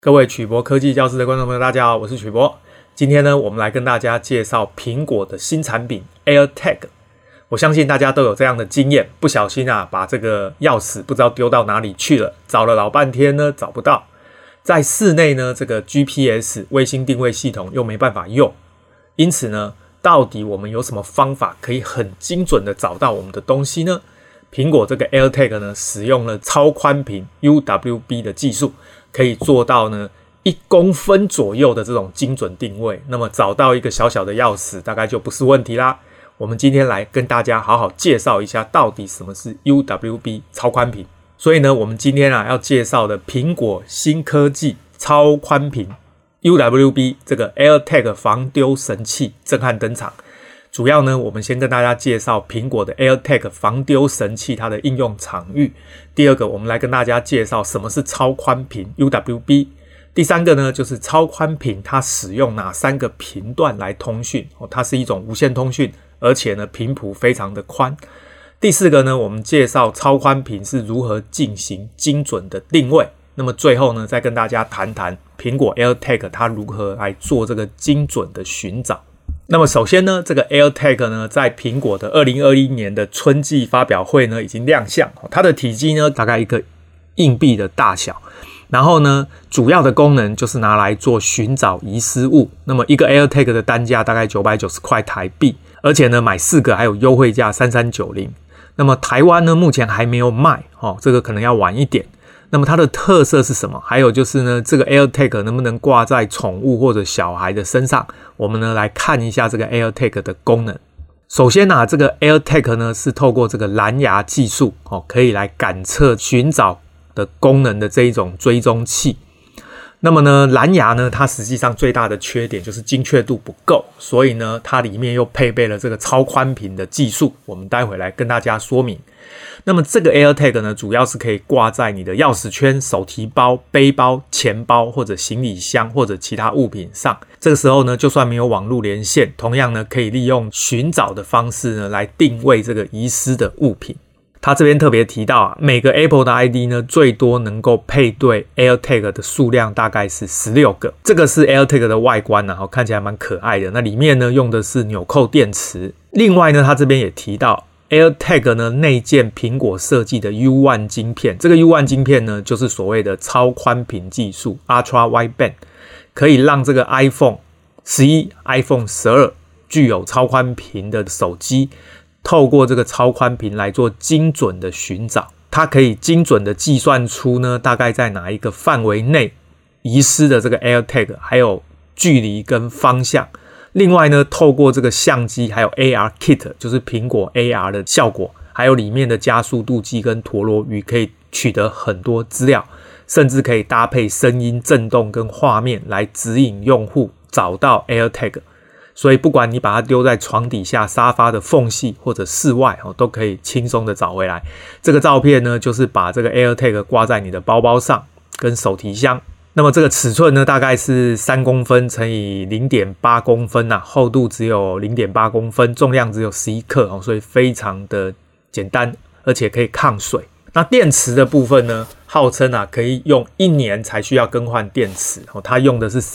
各位曲博科技教室的观众朋友，大家好，我是曲博。今天呢，我们来跟大家介绍苹果的新产品 AirTag。我相信大家都有这样的经验，不小心把这个钥匙不知道丢到哪里去了，找了老半天呢找不到。在室内呢，这个 GPS 卫星定位系统又没办法用，因此呢，到底我们有什么方法可以很精准的找到我们的东西呢？苹果这个 AirTag 呢，使用了超宽频 UWB 的技术，可以做到呢1公分左右的这种精准定位，那么找到一个小小的钥匙大概就不是问题啦。我们今天来跟大家好好介绍一下到底什么是 UWB 超宽频。所以呢，我们今天要介绍的苹果新科技超宽频 UWB 这个 AirTag 防丢神器震撼登场。主要呢，我们先跟大家介绍苹果的 AirTag 防丢神器它的应用场域。第二个，我们来跟大家介绍什么是超宽频 UWB。第三个呢，就是超宽频它使用哪3个频段来通讯，它是一种无线通讯，而且呢频谱非常的宽。第四个呢，我们介绍超宽频是如何进行精准的定位。那么最后呢，再跟大家谈谈苹果 AirTag 它如何来做这个精准的寻找。那么首先呢，这个 AirTag 呢，在苹果的2021年的春季发表会呢已经亮相，它的体积呢大概一个硬币的大小，然后呢主要的功能就是拿来做寻找遗失物。那么一个 AirTag 的单价大概990块台币，而且呢买4个还有优惠价3390。那么台湾呢目前还没有卖，这个可能要晚一点。那么它的特色是什么？还有就是呢，这个 AirTag 能不能挂在宠物或者小孩的身上？我们呢来看一下这个 AirTag 的功能。首先这个 AirTag 呢是透过这个蓝牙技术，可以来感测寻找的功能的这一种追踪器。那么呢，蓝牙呢，它实际上最大的缺点就是精确度不够，所以呢，它里面又配备了这个超宽频的技术，我们待会来跟大家说明。那么这个 AirTag 呢，主要是可以挂在你的钥匙圈、手提包、背包、钱包或者行李箱或者其他物品上。这个时候呢，就算没有网络连线，同样呢，可以利用寻找的方式呢，来定位这个遗失的物品。他这边特别提到每个 Apple 的 ID 呢，最多能够配对 AirTag 的数量大概是16个。这个是 AirTag 的外观看起来蛮可爱的。那里面呢，用的是纽扣电池。另外呢，他这边也提到 AirTag 呢内建苹果设计的 U1 晶片。这个 U1 晶片呢，就是所谓的超宽频技术 Ultra Wideband， 可以让这个 iPhone 11、iPhone 12具有超宽频的手机透过这个超宽频来做精准的寻找，它可以精准的计算出呢大概在哪一个范围内遗失的这个 AirTag， 还有距离跟方向。另外呢，透过这个相机还有 AR Kit， 就是苹果 AR 的效果，还有里面的加速度计跟陀螺仪，可以取得很多资料，甚至可以搭配声音震动跟画面来指引用户找到 AirTag。所以不管你把它丢在床底下、沙发的缝隙或者室外，都可以轻松的找回来。这个照片呢，就是把这个 AirTag 挂在你的包包上跟手提箱。那么这个尺寸呢，大概是3公分乘以 0.8 公分厚度只有 0.8 公分，重量只有11克，所以非常的简单，而且可以抗水。那电池的部分呢，号称可以用1年才需要更换电池，它用的是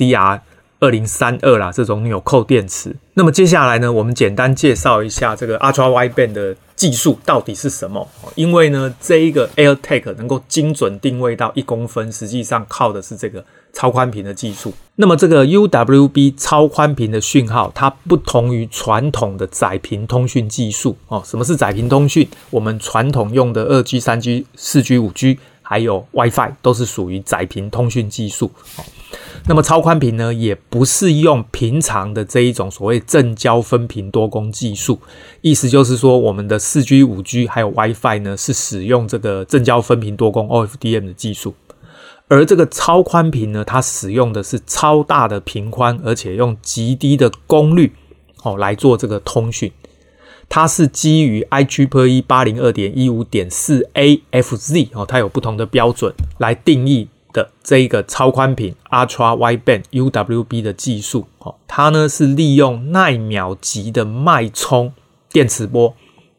CR2032 啦，这种纽扣电池。那么接下来呢，我们简单介绍一下这个 Ultra Wideband 的技术到底是什么。因为呢，这一个 AirTag 能够精准定位到1公分，实际上靠的是这个超宽频的技术。那么这个 UWB 超宽频的讯号，它不同于传统的窄频通讯技术。什么是窄频通讯？我们传统用的 2G、3G、4G、5G 还有 WiFi 都是属于窄频通讯技术。那么超宽频呢，也不是用平常的这一种所谓正交分频多工技术，意思就是说我们的 4G、5G 还有 WiFi 呢是使用这个正交分频多工 OFDM 的技术，而这个超宽频呢，它使用的是超大的频宽，而且用极低的功率来做这个通讯。它是基于 IEEE 802.15.4a FZ， 它有不同的标准来定义的这一个超宽频 Ultra Wideband UWB 的技术。它呢是利用奈秒级的脉冲电磁波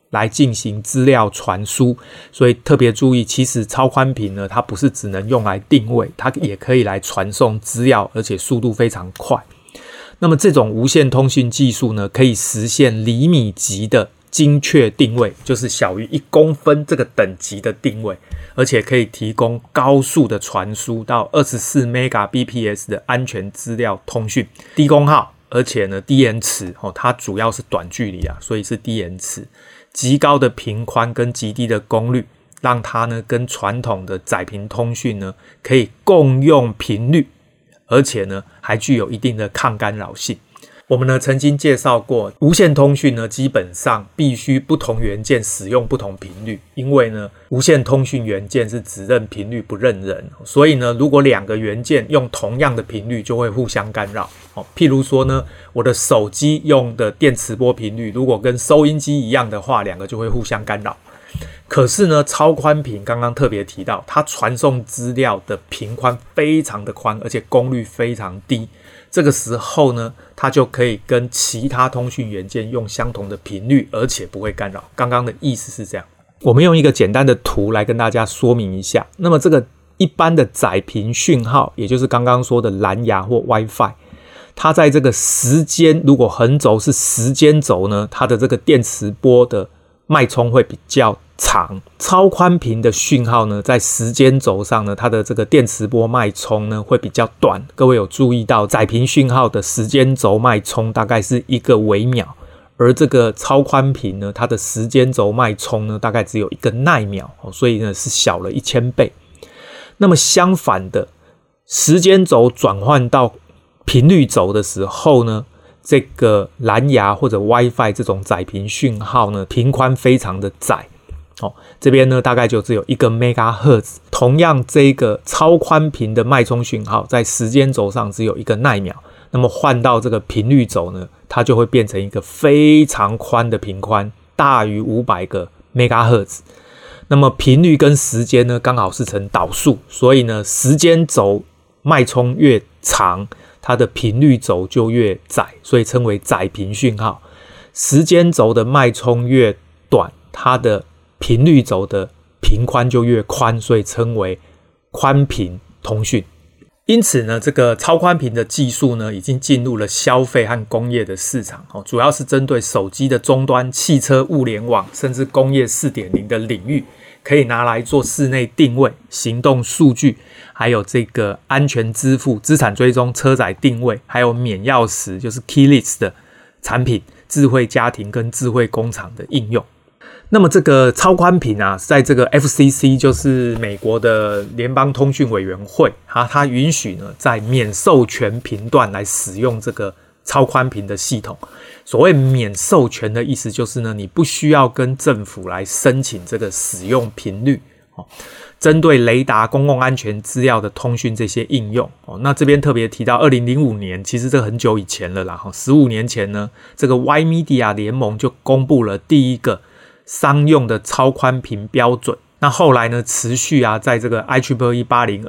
来进行资料传输，所以特别注意，其实超宽频呢，它不是只能用来定位，它也可以来传送资料，而且速度非常快。那么这种无线通讯技术呢，可以实现厘米级的精确定位，就是小于1公分这个等级的定位，而且可以提供高速的传输到24 Mbps 的安全资料通讯，低功耗，而且呢低延迟，它主要是短距离啊，所以是低延迟，极高的频宽跟极低的功率，让它呢跟传统的窄频通讯呢可以共用频率，而且呢还具有一定的抗干扰性。我们呢曾经介绍过，无线通讯呢基本上必须不同元件使用不同频率，因为呢无线通讯元件是只认频率不认人，所以呢如果2个元件用同样的频率就会互相干扰。譬如说呢，我的手机用的电磁波频率如果跟收音机一样的话，2个就会互相干扰。可是呢超宽频刚刚特别提到，它传送资料的频宽非常的宽，而且功率非常低，这个时候呢它就可以跟其他通讯元件用相同的频率，而且不会干扰。刚刚的意思是这样，我们用一个简单的图来跟大家说明一下。那么这个一般的窄频讯号，也就是刚刚说的蓝牙或 Wi-Fi， 它在这个时间，如果横轴是时间轴呢，它的这个电磁波的脉冲会比较长。超宽频的讯号呢，在时间轴上呢，它的这个电磁波脉冲呢会比较短。各位有注意到，窄频讯号的时间轴脉冲大概是1个微秒，而这个超宽频呢，它的时间轴脉冲呢大概只有1个奈秒，所以呢是小了1000倍。那么相反的，时间轴转换到频率轴的时候呢，这个蓝牙或者 Wi-Fi 这种窄频讯号呢，频宽非常的窄。这边呢大概就只有1个 MHz。同样这个超宽频的脉冲讯号在时间轴上只有1个奈秒，那么换到这个频率轴呢，它就会变成一个非常宽的频宽，大于500个 MHz。那么频率跟时间呢刚好是成导数，所以呢时间轴脉冲越长，它的频率轴就越窄，所以称为窄频讯号。时间轴的脉冲越短，它的频率轴的频宽就越宽，所以称为宽频通讯。因此呢，这个超宽频的技术呢，已经进入了消费和工业的市场，主要是针对手机的终端、汽车物联网，甚至工业 4.0 的领域，可以拿来做室内定位、行动数据，还有这个安全支付、资产追踪、车载定位，还有免钥匙，就是 keyless 的产品、智慧家庭跟智慧工厂的应用。那么这个超宽频啊，在这个 FCC 就是美国的联邦通讯委员会，它允许呢在免授权频段来使用这个超宽频的系统。所谓免授权的意思就是呢，你不需要跟政府来申请这个使用频率，针对雷达、公共安全资料的通讯这些应用。那这边特别提到2005年，其实这很久以前了啦，15年前呢，这个 Y-Media 联盟就公布了第一个商用的超宽频标准。那后来呢，持续在这个 IEEE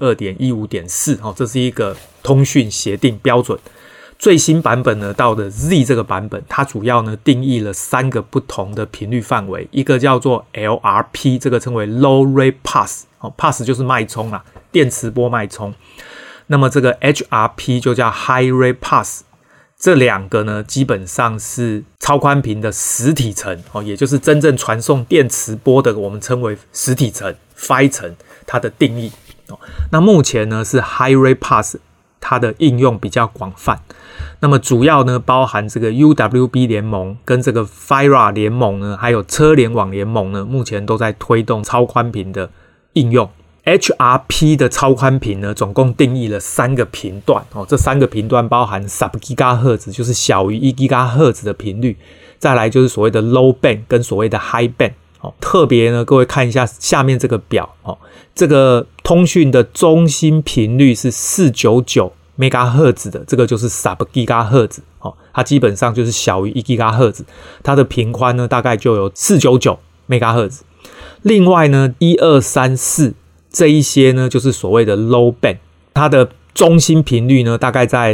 802.15.4， 这是一个通讯协定标准。最新版本呢，到的 Z 这个版本，它主要呢定义了3个不同的频率范围，一个叫做 LRP， 这个称为 Low Rate Pass，Pass 就是脉冲啦，电磁波脉冲。那么这个 HRP 就叫 High Rate Pass。这2个呢，基本上是超宽频的实体层，也就是真正传送电磁波的，我们称为实体层 Phi 层，它的定义。那目前呢是 High Rate Pass， 它的应用比较广泛。那么主要呢包含这个 UWB 联盟跟这个 FIRA 联盟呢，还有车联网联盟呢，目前都在推动超宽频的应用。HRP 的超宽频呢，总共定义了3个频段，这3个频段包含 sub-GHz， 就是小于1 GHz 的频率，再来就是所谓的 low band 跟所谓的 high band。特别呢，各位看一下下面这个表，这个通讯的中心频率是499 MHz 的，这个就是 sub-GHz， 它基本上就是小于1 GHz， 它的频宽呢大概就有499 MHz。另外呢，1、2、3、4这一些呢，就是所谓的 low band， 它的中心频率呢，大概在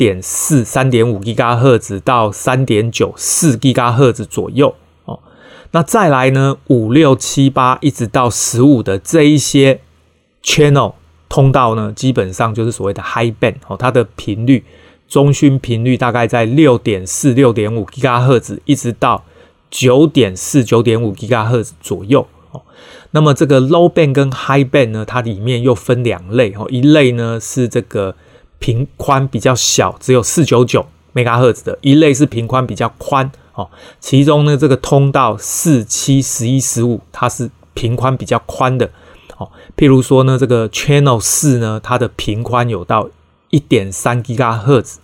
3.4、3.5 GHz 到 3.94 GHz 左右。 那再来呢5、6、7、8一直到15的这一些 channel 通道呢，基本上就是所谓的 high band，它的频率中讯频率大概在 6.4、6.5 GHz 一直到 9.4、9.5 GHz 左右。那么这个 low band 跟 high band 呢，它里面又分2类，一类呢是这个频宽比较小，只有499 MHz 的，一类是频宽比较宽，其中呢这个通道4、7、11、15它是频宽比较宽的，譬如说呢这个 channel 4呢，它的频宽有到 1.3 GHz，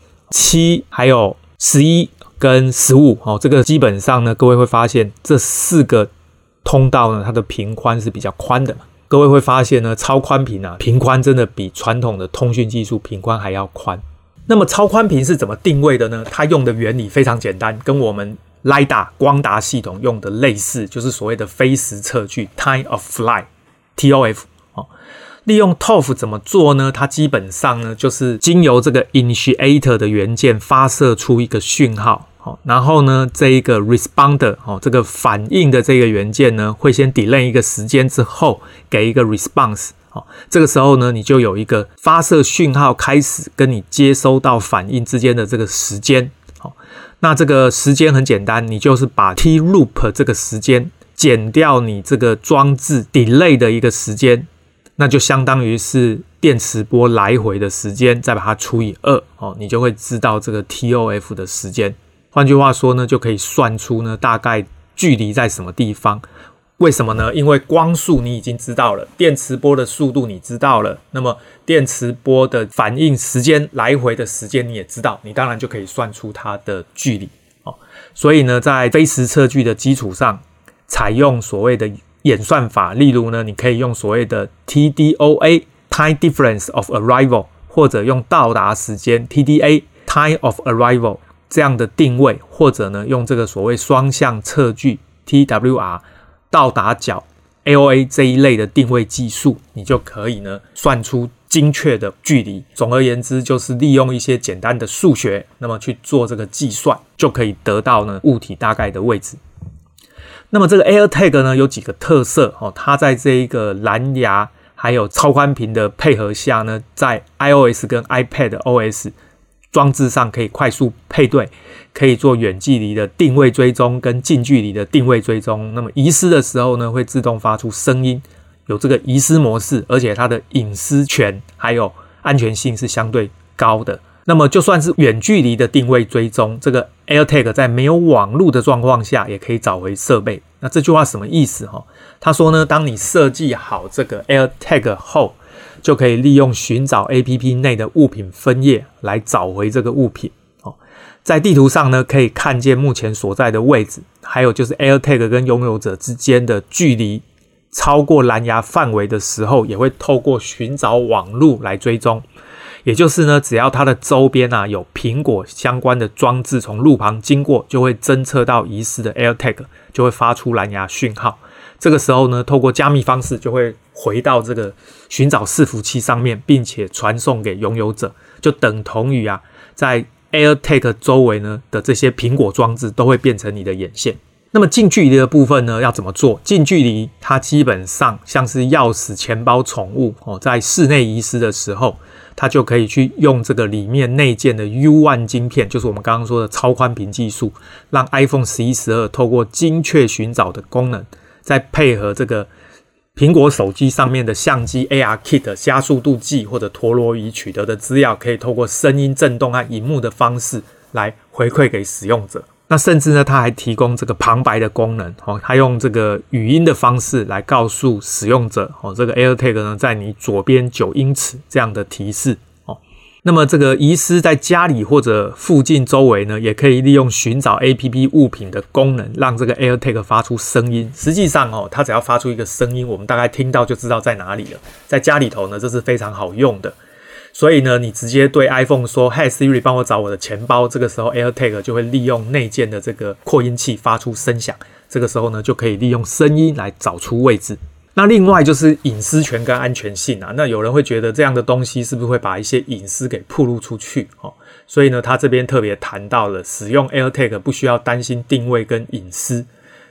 7还有11跟15，这个基本上呢各位会发现这4个通道呢，它的频宽是比较宽的嘛。各位会发现呢，超宽频频宽真的比传统的通讯技术频宽还要宽。那么超宽频是怎么定位的呢？它用的原理非常简单，跟我们 LiDAR 光达系统用的类似，就是所谓的非时测距 Time of Flight TOF。利用 TOF 怎么做呢？它基本上呢，就是经由这个 initiator 的元件发射出一个讯号。然后呢，这一个 responder 这个反应的这个元件呢，会先 delay 一个时间之后给一个 response。这个时候呢，你就有一个发射讯号开始跟你接收到反应之间的这个时间。那这个时间很简单，你就是把 T loop 这个时间减掉你这个装置 delay 的一个时间，那就相当于是电磁波来回的时间，再把它除以2，你就会知道这个 TOF 的时间。换句话说呢，就可以算出呢大概距离在什么地方。为什么呢？因为光速你已经知道了，电磁波的速度你知道了，那么电磁波的反应时间来回的时间你也知道，你当然就可以算出它的距离。所以呢，在非时测距的基础上，采用所谓的演算法，例如呢，你可以用所谓的 TDOA Time Difference of Arrival， 或者用到达时间 TDA Time of Arrival。这样的定位，或者呢用这个所谓双向测距 TWR 到达角 AOA 这一类的定位技术，你就可以呢算出精确的距离。总而言之，就是利用一些简单的数学，那么去做这个计算，就可以得到呢物体大概的位置。那么这个 AirTag 呢有几个特色，它在这一个蓝牙还有超宽频的配合下呢，在 iOS 跟 iPadOS装置上可以快速配对，可以做远距离的定位追踪跟近距离的定位追踪。那么遗失的时候呢，会自动发出声音，有这个遗失模式，而且它的隐私权还有安全性是相对高的。那么就算是远距离的定位追踪，这个 AirTag 在没有网络的状况下也可以找回设备。那这句话什么意思？他说呢，当你设计好这个 AirTag 后，就可以利用寻找 APP 内的物品分页来找回这个物品。在地图上呢，可以看见目前所在的位置，还有就是 AirTag 跟拥有者之间的距离超过蓝牙范围的时候，也会透过寻找网路来追踪。也就是呢，只要它的周边有苹果相关的装置从路旁经过，就会侦测到遗失的 AirTag， 就会发出蓝牙讯号。这个时候呢，透过加密方式就会回到这个寻找伺服器上面，并且传送给拥有者，就等同于在 AirTag 周围呢的这些苹果装置都会变成你的眼线。那么近距离的部分呢，要怎么做？近距离它基本上像是钥匙、钱包、宠物在室内遗失的时候，它就可以去用这个里面内建的 U1 晶片，就是我们刚刚说的超宽频技术，让 iPhone 11、12透过精确寻找的功能，再配合这个苹果手机上面的相机 ARKit 加速度计或者陀螺仪取得的资料，可以透过声音震动和萤幕的方式来回馈给使用者。那甚至呢，它还提供这个旁白的功能，它用这个语音的方式来告诉使用者，这个 AirTag 呢在你左边9英尺这样的提示。那么这个遗失在家里或者附近周围呢，也可以利用寻找 APP 物品的功能，让这个 AirTag 发出声音。实际上它只要发出一个声音，我们大概听到就知道在哪里了。在家里头呢，这是非常好用的。所以呢，你直接对 iPhone 说 Hey Siri 帮我找我的钱包，这个时候 AirTag 就会利用内建的这个扩音器发出声响，这个时候呢就可以利用声音来找出位置。那另外就是隐私权跟安全性那有人会觉得这样的东西是不是会把一些隐私给暴露出去所以呢他这边特别谈到了使用 AirTag 不需要担心定位跟隐私，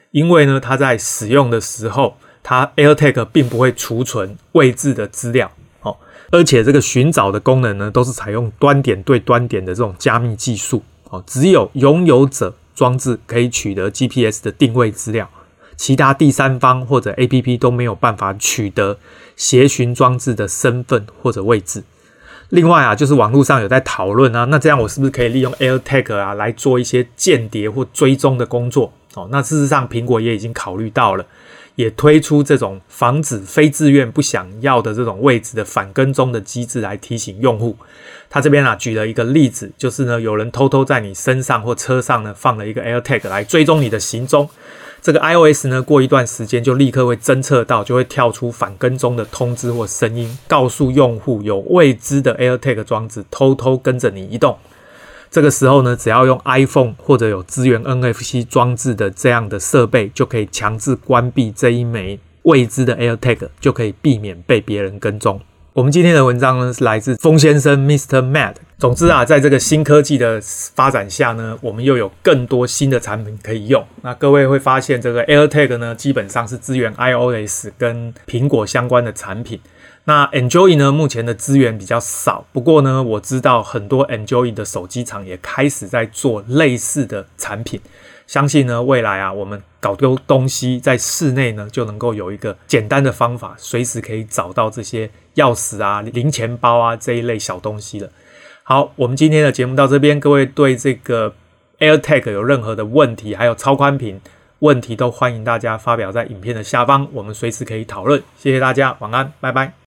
因为呢，它在使用的时候，它 AirTag 并不会储存位置的资料，而且这个寻找的功能呢，都是采用端点对端点的这种加密技术，只有拥有者装置可以取得 GPS 的定位资料，其他第三方或者 APP 都没有办法取得协寻装置的身份或者位置。另外啊，就是网络上有在讨论啊，那这样我是不是可以利用 AirTag 啊来做一些间谍或追踪的工作？那事实上苹果也已经考虑到了，也推出这种防止非自愿不想要的这种位置的反跟踪的机制来提醒用户。他这边啊举了一个例子，就是呢有人偷偷在你身上或车上呢放了一个 AirTag 来追踪你的行踪。这个 iOS 呢，过一段时间就立刻会侦测到，就会跳出反跟踪的通知或声音，告诉用户有未知的 AirTag 装置偷偷跟着你移动。这个时候呢，只要用 iPhone 或者有支援 NFC 装置的这样的设备，就可以强制关闭这一枚未知的 AirTag， 就可以避免被别人跟踪。我们今天的文章呢是来自风先生 Mr. Mad。总之啊，在这个新科技的发展下呢，我们又有更多新的产品可以用。那各位会发现，这个 AirTag 呢，基本上是支援 iOS 跟苹果相关的产品。那 Android 呢，目前的资源比较少，不过呢，我知道很多 Android 的手机厂也开始在做类似的产品。相信呢，未来啊，我们搞丢东西在室内呢，就能够有一个简单的方法，随时可以找到这些钥匙啊、零钱包啊这一类小东西了。好，我们今天的节目到这边，各位对这个 AirTag 有任何的问题，还有超宽屏问题，都欢迎大家发表在影片的下方，我们随时可以讨论。谢谢大家，晚安，拜拜。